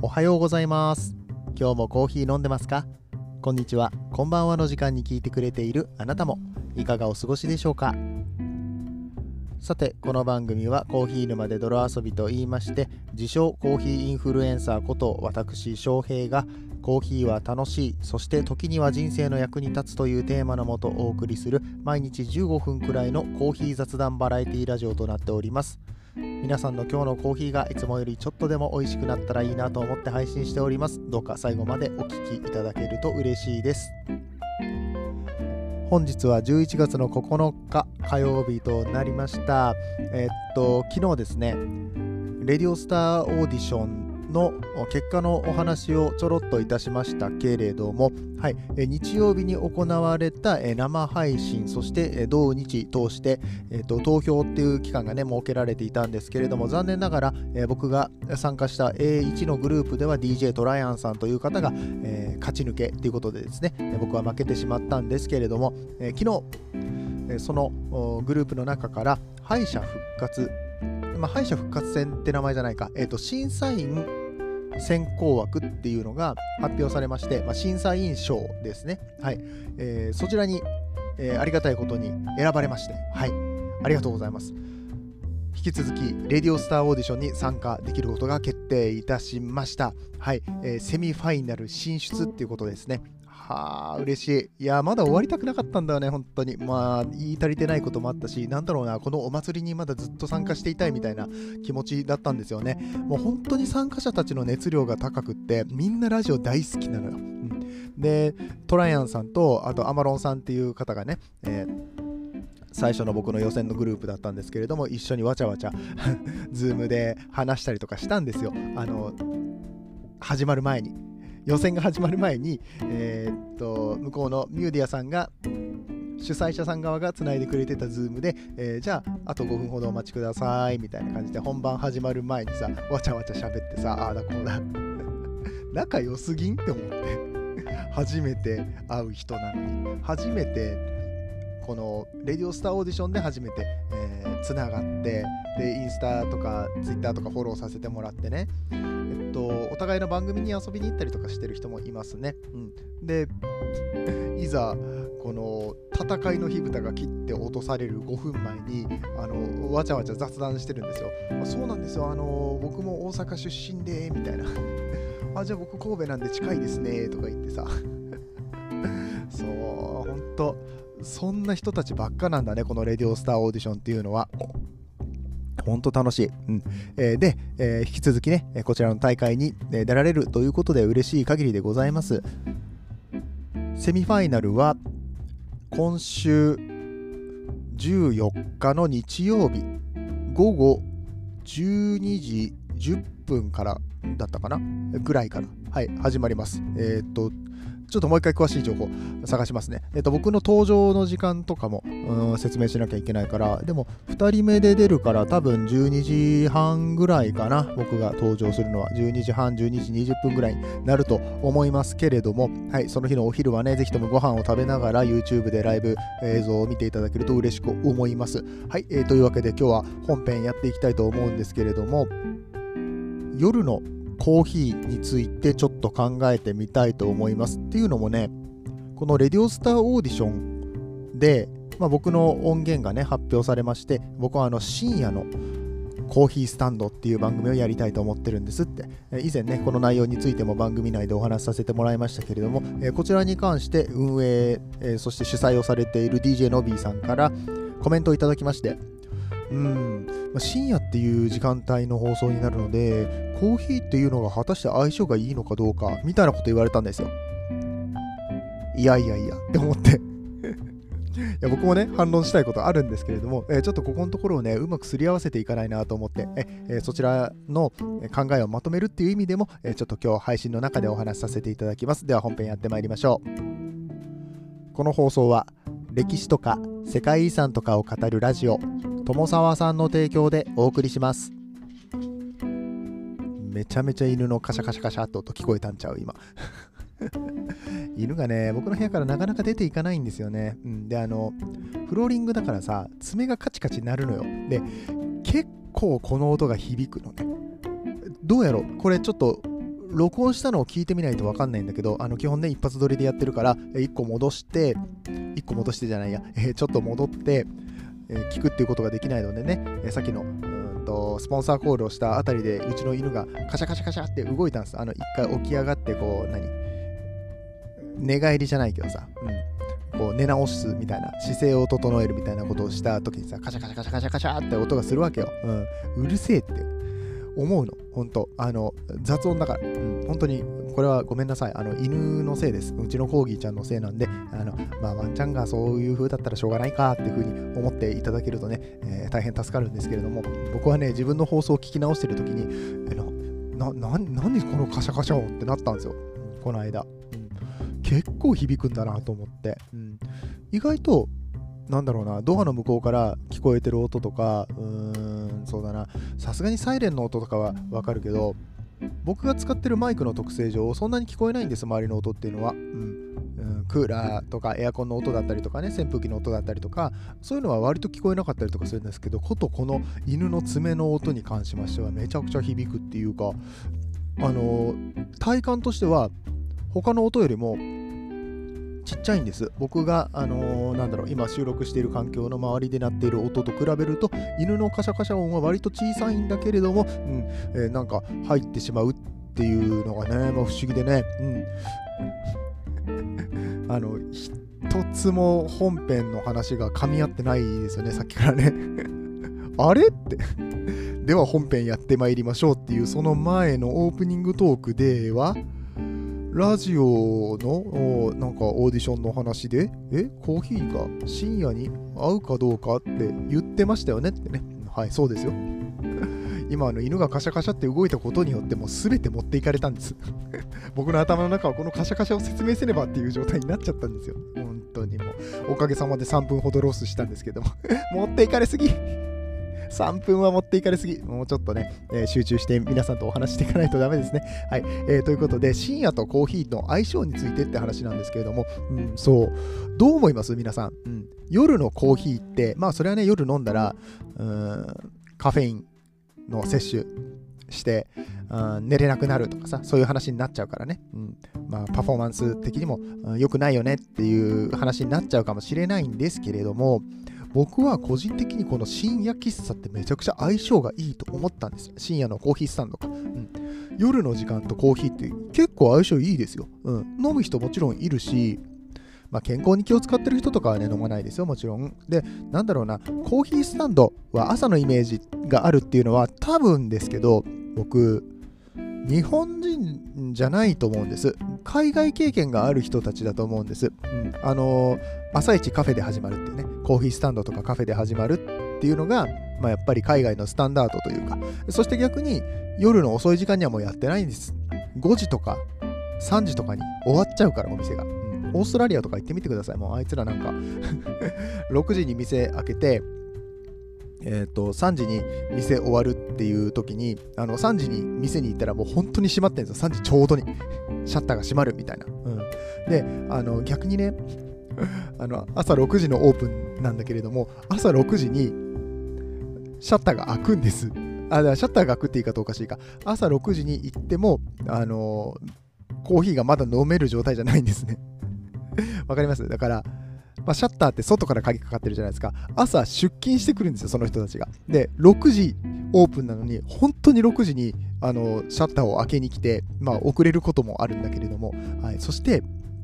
おはようございます。今日もコーヒー飲んでますか？こんにちは、こんばんはの時間に聞いてくれているあなたもいかがお過ごしでしょうか？さて、この番組はコーヒー沼で泥遊びと言いまして、自称コーヒーインフルエンサーこと私翔平がコーヒーは楽しい、そして時には人生の役に立つというテーマのもとお送りする毎日15分くらいのコーヒー雑談バラエティラジオとなっております。皆さんの今日のコーヒーがいつもよりちょっとでも美味しくなったらいいなと思って配信しております。どうか最後までお聞きいただけると嬉しいです。本日は11月の9日火曜日となりました。昨日ですね、レディオスターオーディションの結果のお話をちょろっといたしましたけれども、日曜日に行われた生配信、そして同日通して投票っていう期間がね設けられていたんですけれども、残念ながら僕が参加した A1 のグループでは DJ トライアンさんという方が勝ち抜けということでですね、僕は負けてしまったんですけれども、昨日そのグループの中から敗者復活、敗者復活戦って名前じゃないか、審査員選考枠っていうのが発表されまして、審査員賞ですね。そちらに、ありがたいことに選ばれまして、ありがとうございます。引き続きレディオスターオーディションに参加できることが決定いたしました。セミファイナル進出っていうことですね。嬉しい。いや、まだ終わりたくなかったんだよね、本当に。言い足りてないこともあったし、このお祭りにまだずっと参加していたいみたいな気持ちだったんですよね。もう本当に参加者たちの熱量が高くって、みんなラジオ大好きなのよ。で、トライアンさんと、あとアマロンさんっていう方がね、最初の僕の予選のグループだったんですけれども、一緒にわちゃわちゃズームで話したりとかしたんですよ。始まる前に。予選が始まる前に、向こうのミューディアさんが主催者さん側がつないでくれてたズームで、じゃああと5分ほどお待ちくださいみたいな感じで本番始まる前にさ、わちゃわちゃ喋ってさ、ああだこうだ仲良すぎんって思って初めて会う人なのに、初めてこのレディオスターオーディションで初めてつながって、でインスタとかツイッターとかフォローさせてもらってね、お互いの番組に遊びに行ったりとかしてる人もいますね。で、いざこの戦いの火蓋が切って落とされる5分前にわちゃわちゃ雑談してるんですよ。そうなんですよ、僕も大阪出身でみたいなじゃあ僕神戸なんで近いですねとか言ってさそう、ほんとそんな人たちばっかなんだね、このレディオスターオーディションっていうのは。ほんと楽しい。で、引き続きね、こちらの大会に出られるということで嬉しい限りでございます。セミファイナルは今週14日の日曜日午後12時10分からだったかなぐらいから、始まります。ちょっともう一回詳しい情報探しますね。僕の登場の時間とかも説明しなきゃいけないから、でも2人目で出るから多分12時半ぐらいかな、僕が登場するのは12時半、12時20分ぐらいになると思いますけれども、その日のお昼はね、ぜひともご飯を食べながら YouTube でライブ映像を見ていただけると嬉しく思います。というわけで今日は本編やっていきたいと思うんですけれども、夜のコーヒーについてちょっと考えてみたいと思います。っていうのもね、このレディオスターオーディションで、僕の音源がね発表されまして、僕は深夜のコーヒースタンドっていう番組をやりたいと思ってるんですって。以前ねこの内容についても番組内でお話しさせてもらいましたけれども、こちらに関して運営、そして主催をされている DJ のびーさんからコメントをいただきまして、深夜っていう時間帯の放送になるので、コーヒーっていうのが果たして相性がいいのかどうかみたいなこと言われたんですよ。いやって思って僕もね反論したいことあるんですけれども、ちょっとここのところをねうまくすり合わせていかないなと思って、そちらの考えをまとめるっていう意味でも、ちょっと今日配信の中でお話しさせていただきます。では本編やってまいりましょう。この放送は歴史とか世界遺産とかを語るラジオ友沢さんの提供でお送りします。めちゃめちゃ犬のカシャカシャカシャって音聞こえたんちゃう今犬がね僕の部屋からなかなか出ていかないんですよね。でフローリングだからさ、爪がカチカチ鳴るのよ。で結構この音が響くのね。どうやろう、これちょっと録音したのを聞いてみないと分かんないんだけど、基本ね一発撮りでやってるから1個戻してじゃないや、ちょっと戻って、聞くっていうことができないのでね、さっきのスポンサーコールをしたあたりでうちの犬がカシャカシャカシャって動いたんです。一回起き上がってこう寝返りじゃないけどさ、こう寝直すみたいな、姿勢を整えるみたいなことをした時にさ、カシャカシャカシャカシャカシャって音がするわけよ。うるせえって思うの、本当雑音だから、本当にこれはごめんなさい、犬のせいです。うちのコーギーちゃんのせいなんで、ワンちゃんがそういう風だったらしょうがないかっていう風に思っていただけるとね、大変助かるんですけれども、僕はね自分の放送を聞き直してる時に何このカシャカシャ音ってなったんですよ、この間。結構響くんだなと思って、意外となんだろうな、ドアの向こうから聞こえてる音とか、そうだな、さすがにサイレンの音とかはわかるけど、僕が使ってるマイクの特性上そんなに聞こえないんです、周りの音っていうのは。クーラーとかエアコンの音だったりとかね、扇風機の音だったりとか、そういうのは割と聞こえなかったりとかするんですけど、ことこの犬の爪の音に関しましてはめちゃくちゃ響くっていうか、体感としては他の音よりもちっちゃいんです。僕が、今収録している環境の周りで鳴っている音と比べると、犬のカシャカシャ音は割と小さいんだけれども、なんか入ってしまうっていうのがね、不思議でね、一つも本編の話が噛み合ってないですよね、さっきからね。あれって。では本編やってまいりましょうっていう、その前のオープニングトークでは、ラジオのなんかオーディションの話で、コーヒーが深夜に合うかどうかって言ってましたよねってね。はい、そうですよ。今犬がカシャカシャって動いたことによってもう全て持っていかれたんです。僕の頭の中はこのカシャカシャを説明せねばっていう状態になっちゃったんですよ。本当にもうおかげさまで3分ほどロスしたんですけども持っていかれすぎ。3分は持っていかれすぎ。もうちょっとね、集中して皆さんとお話していかないとダメですね。はい、ということで、深夜とコーヒーの相性についてって話なんですけれども、そう、どう思います皆さん、夜のコーヒーって、それはね、夜飲んだら、カフェインの摂取して、寝れなくなるとかさ、そういう話になっちゃうからね、パフォーマンス的にも良くないよねっていう話になっちゃうかもしれないんですけれども、僕は個人的にこの深夜喫茶ってめちゃくちゃ相性がいいと思ったんですよ。深夜のコーヒースタンドか、夜の時間とコーヒーって結構相性いいですよ。飲む人もちろんいるし、健康に気を使ってる人とかはね飲まないですよ、もちろん。で、なんだろうな、コーヒースタンドは朝のイメージがあるっていうのは多分ですけど、僕日本人じゃないと思うんです。海外経験がある人たちだと思うんです。朝一カフェで始まるっていうね、コーヒースタンドとかカフェで始まるっていうのが、やっぱり海外のスタンダードというか、そして逆に夜の遅い時間にはもうやってないんです。5時とか3時とかに終わっちゃうからお店が。オーストラリアとか行ってみてください。もうあいつらなんか6時に店開けて、3時に店終わるっていう時に3時に店に行ったらもう本当に閉まってるんですよ。3時ちょうどにシャッターが閉まるみたいな、で逆にね朝6時のオープンなんだけれども、朝6時にシャッターが開くんです。だからシャッターが開くって言い方おかしいか。朝6時に行ってもコーヒーがまだ飲める状態じゃないんですね。わかります？だからシャッターって外から鍵かかってるじゃないですか。朝出勤してくるんですよ、その人たちが。で、6時オープンなのに、本当に6時にシャッターを開けに来て、遅れることもあるんだけれども、そして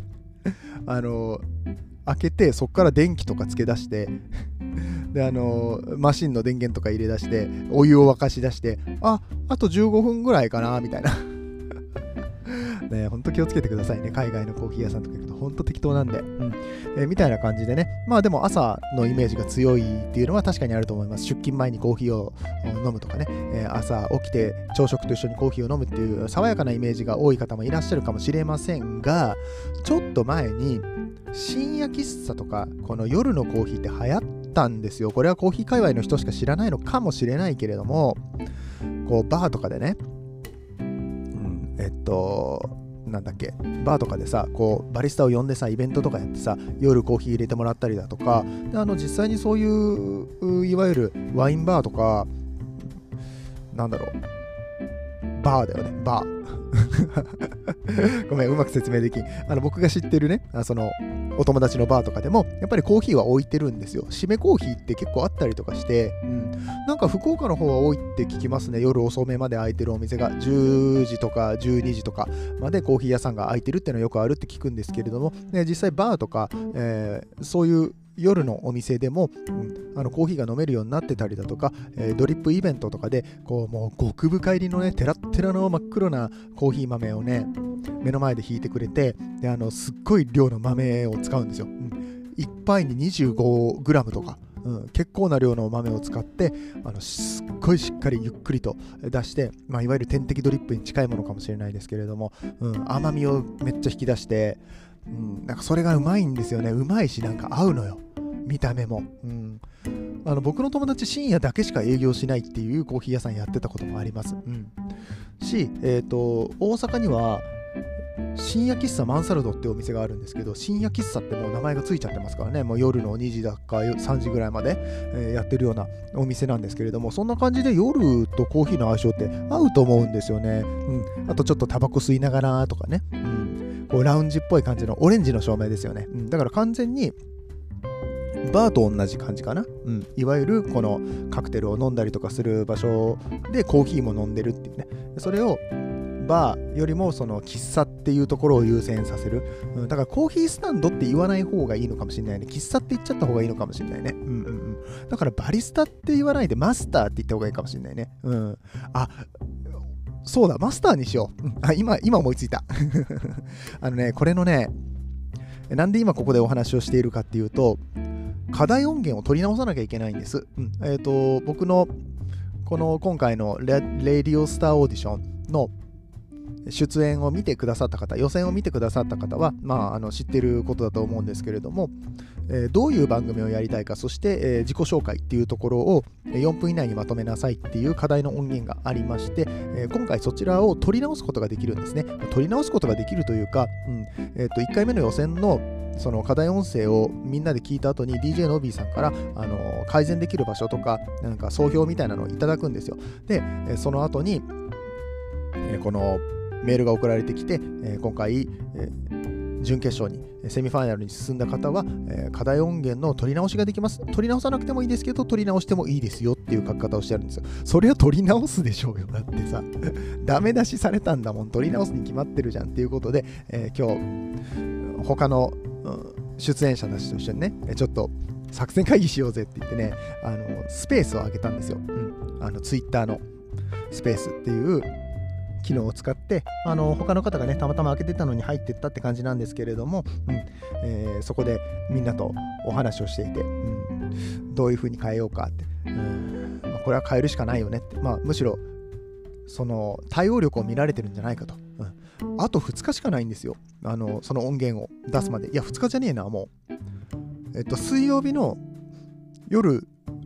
開けて、そこから電気とかつけ出してでマシンの電源とか入れ出して、お湯を沸かし出して、あと15分ぐらいかなみたいな。ね、ほんと気をつけてくださいね。海外のコーヒー屋さんとか行くとほんと適当なんで、みたいな感じでね。でも朝のイメージが強いっていうのは確かにあると思います。出勤前にコーヒーを飲むとかね、朝起きて朝食と一緒にコーヒーを飲むっていう爽やかなイメージが多い方もいらっしゃるかもしれませんが、ちょっと前に深夜喫茶とかこの夜のコーヒーって流行ったんですよ。これはコーヒー界隈の人しか知らないのかもしれないけれども、こうバーとかでね、なんだっけ、バーとかでさ、こうバリスタを呼んでさ、イベントとかやってさ、夜コーヒー入れてもらったりだとかで、実際にそういういわゆるワインバーとか、なんだろう、バーだよね、バーごめん、うまく説明できん。僕が知ってるね、お友達のバーとかでも、やっぱりコーヒーは置いてるんですよ。締めコーヒーって結構あったりとかして、なんか福岡の方は多いって聞きますね。夜遅めまで開いてるお店が、10時とか12時とかまでコーヒー屋さんが開いてるっていうのはよくあるって聞くんですけれども、実際バーとか、そういう夜のお店でも、コーヒーが飲めるようになってたりだとか、ドリップイベントとかでもう極深入りのね、テラッテラの真っ黒なコーヒー豆をね、目の前で引いてくれて、ですっごい量の豆を使うんですよ。1杯に 25g とか、結構な量の豆を使ってすっごいしっかりゆっくりと出して、いわゆる点滴ドリップに近いものかもしれないですけれども、甘みをめっちゃ引き出して、なんかそれがうまいんですよね。うまいし、なんか合うのよ、見た目も。僕の友達深夜だけしか営業しないっていうコーヒー屋さんやってたこともあります。し、大阪には深夜喫茶マンサルドってお店があるんですけど、深夜喫茶ってもう名前がついちゃってますからね、もう夜の2時だか3時ぐらいまで、やってるようなお店なんですけれども、そんな感じで夜とコーヒーの相性って合うと思うんですよね。あとちょっとタバコ吸いながらとかね、こうラウンジっぽい感じのオレンジの照明ですよね。だから完全にバーと同じ感じかな。いわゆるこのカクテルを飲んだりとかする場所でコーヒーも飲んでるっていうね。それをバーよりもその喫茶っていうところを優先させる。だからコーヒースタンドって言わない方がいいのかもしれないね。喫茶って言っちゃった方がいいのかもしれないね。だからバリスタって言わないでマスターって言った方がいいかもしれないね。そうだ、マスターにしよう。今思いついた。これのね、なんで今ここでお話をしているかっていうと、課題音源を取り直さなきゃいけないんです。僕のこの今回のレディオスターオーディションの出演を見てくださった方、予選を見てくださった方は、知ってることだと思うんですけれども、どういう番組をやりたいか、そして、自己紹介っていうところを4分以内にまとめなさいっていう課題の音源がありまして、今回そちらを取り直すことができるんですね。取り直すことができるというか、1回目の予選のその課題音声をみんなで聞いた後に DJ のビーさんから改善できる場所とかなんか総評みたいなのをいただくんですよ。で、その後に、このメールが送られてきて、今回、準決勝にセミファイナルに進んだ方は、課題音源の取り直しができます。取り直さなくてもいいですけど取り直してもいいですよっていう書き方をしてあるんですよ。それは取り直すでしょうよ。だってさダメ出しされたんだもん。取り直すに決まってるじゃんっていうことで、今日他の出演者たちと一緒にね、ちょっと作戦会議しようぜって言ってね、スペースを上げたんですよ。ツイッターのスペースっていう機能を使って、他の方がねたまたま開けてたのに入ってったって感じなんですけれども、そこでみんなとお話をしていて、どういう風に変えようかって、これは変えるしかないよねって、むしろその対応力を見られてるんじゃないかと、あと2日しかないんですよ、その音源を出すまで。いや2日じゃねえな、もう水曜日の夜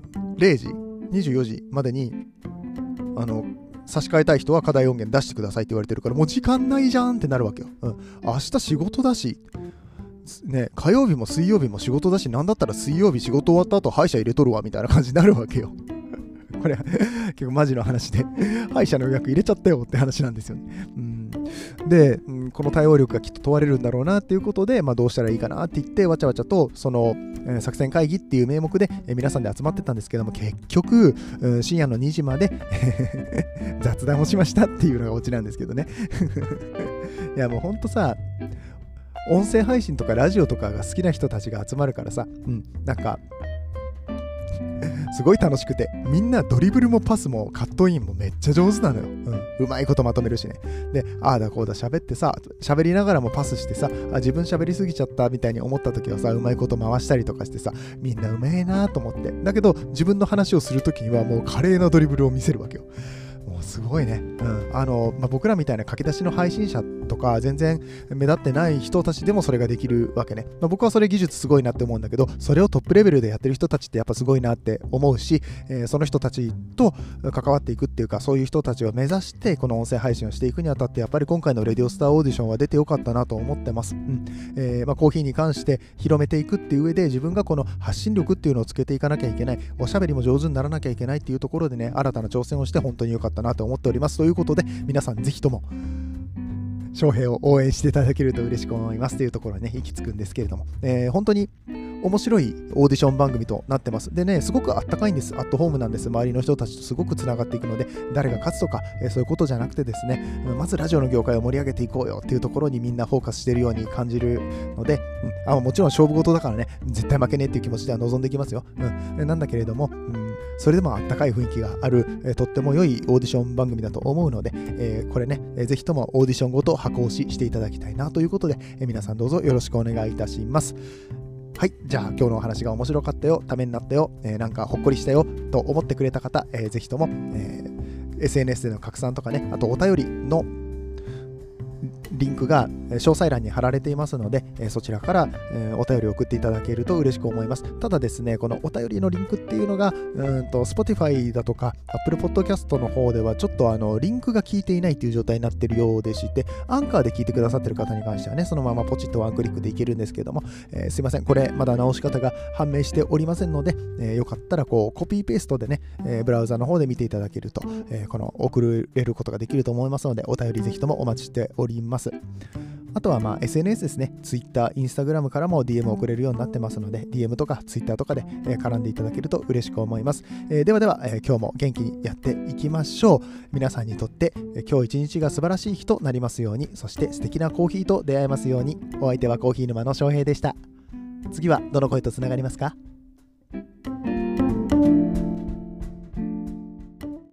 0時24時までに差し替えたい人は課題音源出してくださいって言われてるから、もう時間ないじゃんってなるわけよ。明日仕事だし、ね、火曜日も水曜日も仕事だし、なんだったら水曜日仕事終わった後歯医者入れとるわみたいな感じになるわけよ。これ結構マジの話で歯医者の予約入れちゃったよって話なんですよね。で、この対応力がきっと問われるんだろうなっていうことで、どうしたらいいかなって言ってわちゃわちゃとその、作戦会議っていう名目で、皆さんで集まってたんですけども、結局、深夜の2時まで雑談をしましたっていうのがオチなんですけどね。いやもうほんとさ、音声配信とかラジオとかが好きな人たちが集まるからさ、なんかすごい楽しくて、みんなドリブルもパスもカットインもめっちゃ上手なのよ。うまいことまとめるしね。で、ああだこうだ喋ってさ、喋りながらもパスしてさ、自分喋りすぎちゃったみたいに思った時はさ、うまいこと回したりとかしてさ、みんなうめえなと思って。だけど自分の話をする時にはもう華麗なドリブルを見せるわけよ。もうすごいね。僕らみたいな駆け出しの配信者とか全然目立ってない人たちでもそれができるわけね。僕はそれ技術すごいなって思うんだけど、それをトップレベルでやってる人たちってやっぱすごいなって思うし、その人たちと関わっていくっていうか、そういう人たちを目指してこの音声配信をしていくにあたって、やっぱり今回のレディオスターオーディションは出てよかったなと思ってます。コーヒーに関して広めていくっていう上で、自分がこの発信力っていうのをつけていかなきゃいけない、おしゃべりも上手にならなきゃいけないっていうところでね、新たな挑戦をして本当によかったなと思っております。ということで皆さんぜひとも翔平を応援していただけると嬉しく思いますというところにね、行き着くんですけれども、本当に面白いオーディション番組となってます。でね、すごくあったかいんです。アットホームなんです。周りの人たちとすごくつながっていくので、誰が勝つとか、そういうことじゃなくてですね、まずラジオの業界を盛り上げていこうよっていうところにみんなフォーカスしているように感じるので、もちろん勝負事だからね、絶対負けねえっていう気持ちでは望んでいきますよ。なんだけれども、それでもあったかい雰囲気がある、とっても良いオーディション番組だと思うので、これね、ぜひともオーディションごと箱推ししていただきたいなということで、皆さんどうぞよろしくお願いいたします。はい、じゃあ今日のお話が面白かったよ、ためになったよ、なんかほっこりしたよと思ってくれた方、ぜひとも、SNS での拡散とかね、あとお便りのリンクが詳細欄に貼られていますので、そちらからお便りを送っていただけると嬉しく思います。ただですね、このお便りのリンクっていうのがSpotify だとか Apple Podcast の方ではちょっとリンクが効いていないという状態になっているようでして、アンカーで聞いてくださっている方に関してはね、そのままポチッとワンクリックでいけるんですけども、すいません、これまだ直し方が判明しておりませんので、よかったらコピーペーストでね、ブラウザの方で見ていただけると、送れることができると思いますので、お便りぜひともお待ちしております。あとはSNS ですね、Twitter、Instagram からも DM を送れるようになってますので、DM とか Twitter とかで絡んでいただけると嬉しく思います。では今日も元気にやっていきましょう。皆さんにとって今日一日が素晴らしい日となりますように、そして素敵なコーヒーと出会えますように。お相手はコーヒー沼の翔平でした。次はどの声とつながりますか？